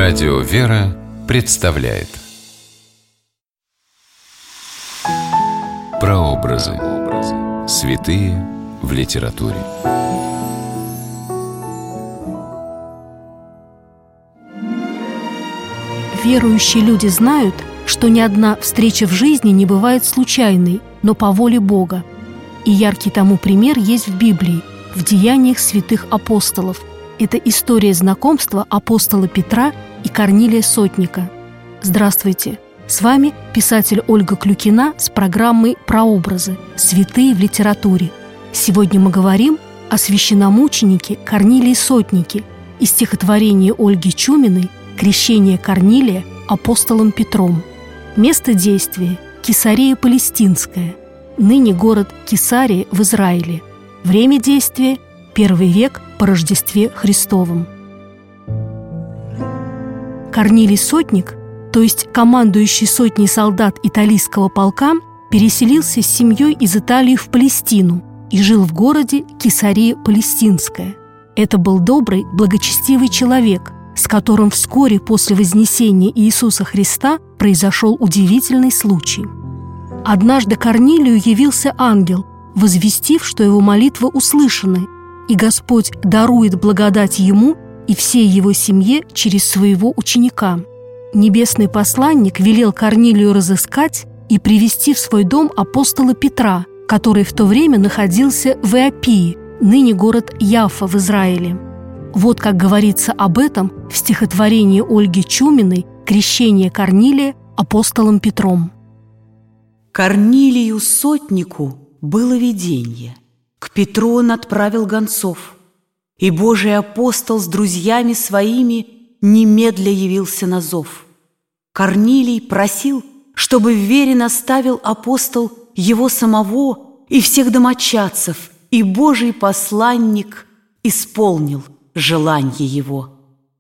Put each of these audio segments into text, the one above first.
Радио «Вера» представляет прообразы. Святые в литературе. Верующие люди знают, что ни одна встреча в жизни не бывает случайной, но по воле Бога. И яркий тому пример есть в Библии, в деяниях святых апостолов. Это история знакомства апостола Петра и Корнилия Сотника. Здравствуйте! С вами писатель Ольга Клюкина с программой «Прообразы. Святые в литературе». Сегодня мы говорим о священномученике Корнилии Сотнике из стихотворения Ольги Чуминой «Крещение Корнилия апостолом Петром». Место действия – Кесария Палестинская, ныне город Кесария в Израиле. Время действия – 1 век по Рождестве Христовом. Корнилий Сотник, то есть командующий сотней солдат италийского полка, переселился с семьей из Италии в Палестину и жил в городе Кесария Палестинская. Это был добрый, благочестивый человек, с которым вскоре после вознесения Иисуса Христа произошел удивительный случай. Однажды Корнилию явился ангел, возвестив, что его молитвы услышаны, и Господь дарует благодать ему и всей его семье через своего ученика. Небесный посланник велел Корнилию разыскать и привести в свой дом апостола Петра, который в то время находился в Иопии, ныне город Яффа в Израиле. Вот как говорится об этом в стихотворении Ольги Чуминой «Крещение Корнилия апостолом Петром». Корнилию Сотнику было видение. К Петру он отправил гонцов, и Божий апостол с друзьями своими немедля явился на зов. Корнилий просил, чтобы в вере наставил апостол его самого и всех домочадцев, и Божий посланник исполнил желание его.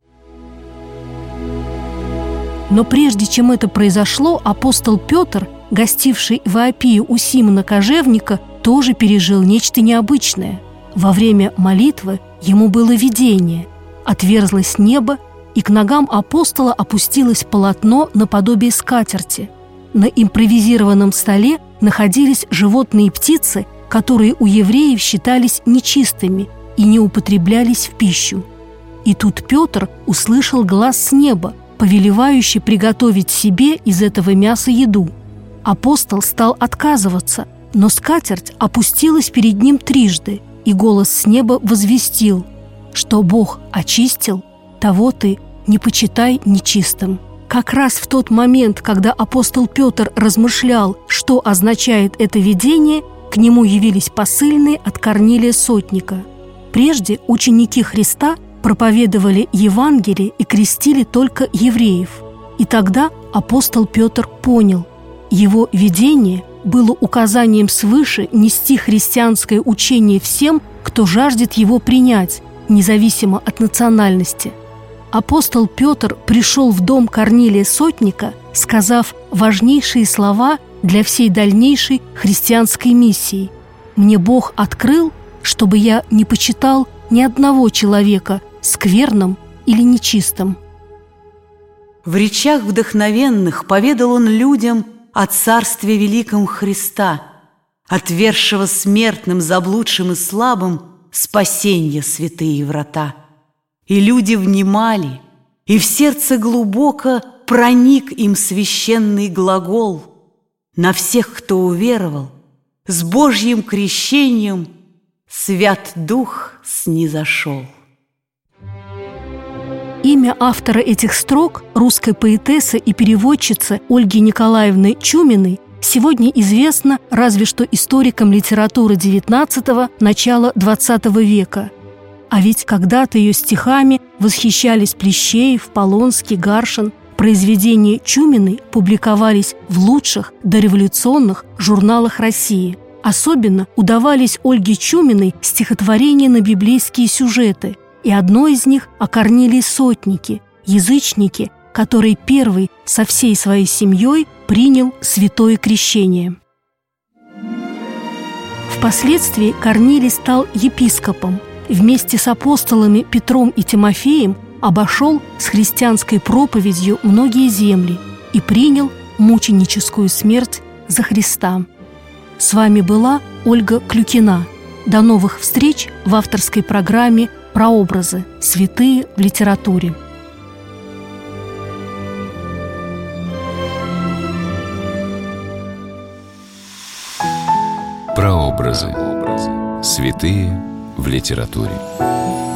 Но прежде чем это произошло, апостол Петр, гостивший в Иопии у Симона Кожевника, тоже пережил нечто необычное. Во время молитвы ему было видение. Отверзлось небо, и к ногам апостола опустилось полотно наподобие скатерти. На импровизированном столе находились животные и птицы, которые у евреев считались нечистыми и не употреблялись в пищу. И тут Петр услышал глас с неба, повелевающий приготовить себе из этого мяса еду. Апостол стал отказываться, но скатерть опустилась перед ним трижды, и голос с неба возвестил, что Бог очистил, того ты не почитай нечистым. Как раз в тот момент, когда апостол Петр размышлял, что означает это видение, к нему явились посыльные от Корнилия Сотника. Прежде ученики Христа проповедовали Евангелие и крестили только евреев. И тогда апостол Петр понял, его видение было указанием свыше нести христианское учение всем, кто жаждет его принять, независимо от национальности. Апостол Петр пришел в дом Корнилия Сотника, сказав важнейшие слова для всей дальнейшей христианской миссии. «Мне Бог открыл, чтобы я не почитал ни одного человека скверным или нечистым». В речах вдохновенных поведал он людям о Царстве Великом Христа, отверзшего смертным, заблудшим и слабым спасенья святые врата. И люди внимали, и в сердце глубоко проник им священный глагол. На всех, кто уверовал, с Божьим крещением Свят Дух снизошел. Имя автора этих строк, русской поэтессы и переводчицы Ольги Николаевны Чуминой, сегодня известно разве что историкам литературы XIX – начала XX века. А ведь когда-то ее стихами восхищались Плещеев, Полонский, Гаршин. Произведения Чуминой публиковались в лучших дореволюционных журналах России. Особенно удавались Ольге Чуминой стихотворения на библейские сюжеты, и одно из них о Корнилии Сотнике, язычнике, который первый со всей своей семьей принял святое крещение. Впоследствии Корнилий стал епископом. Вместе с апостолами Петром и Тимофеем обошел с христианской проповедью многие земли и принял мученическую смерть за Христа. С вами была Ольга Клюкина. До новых встреч в авторской программе «Прообразы. Святые в литературе». Прообразы. Святые в литературе.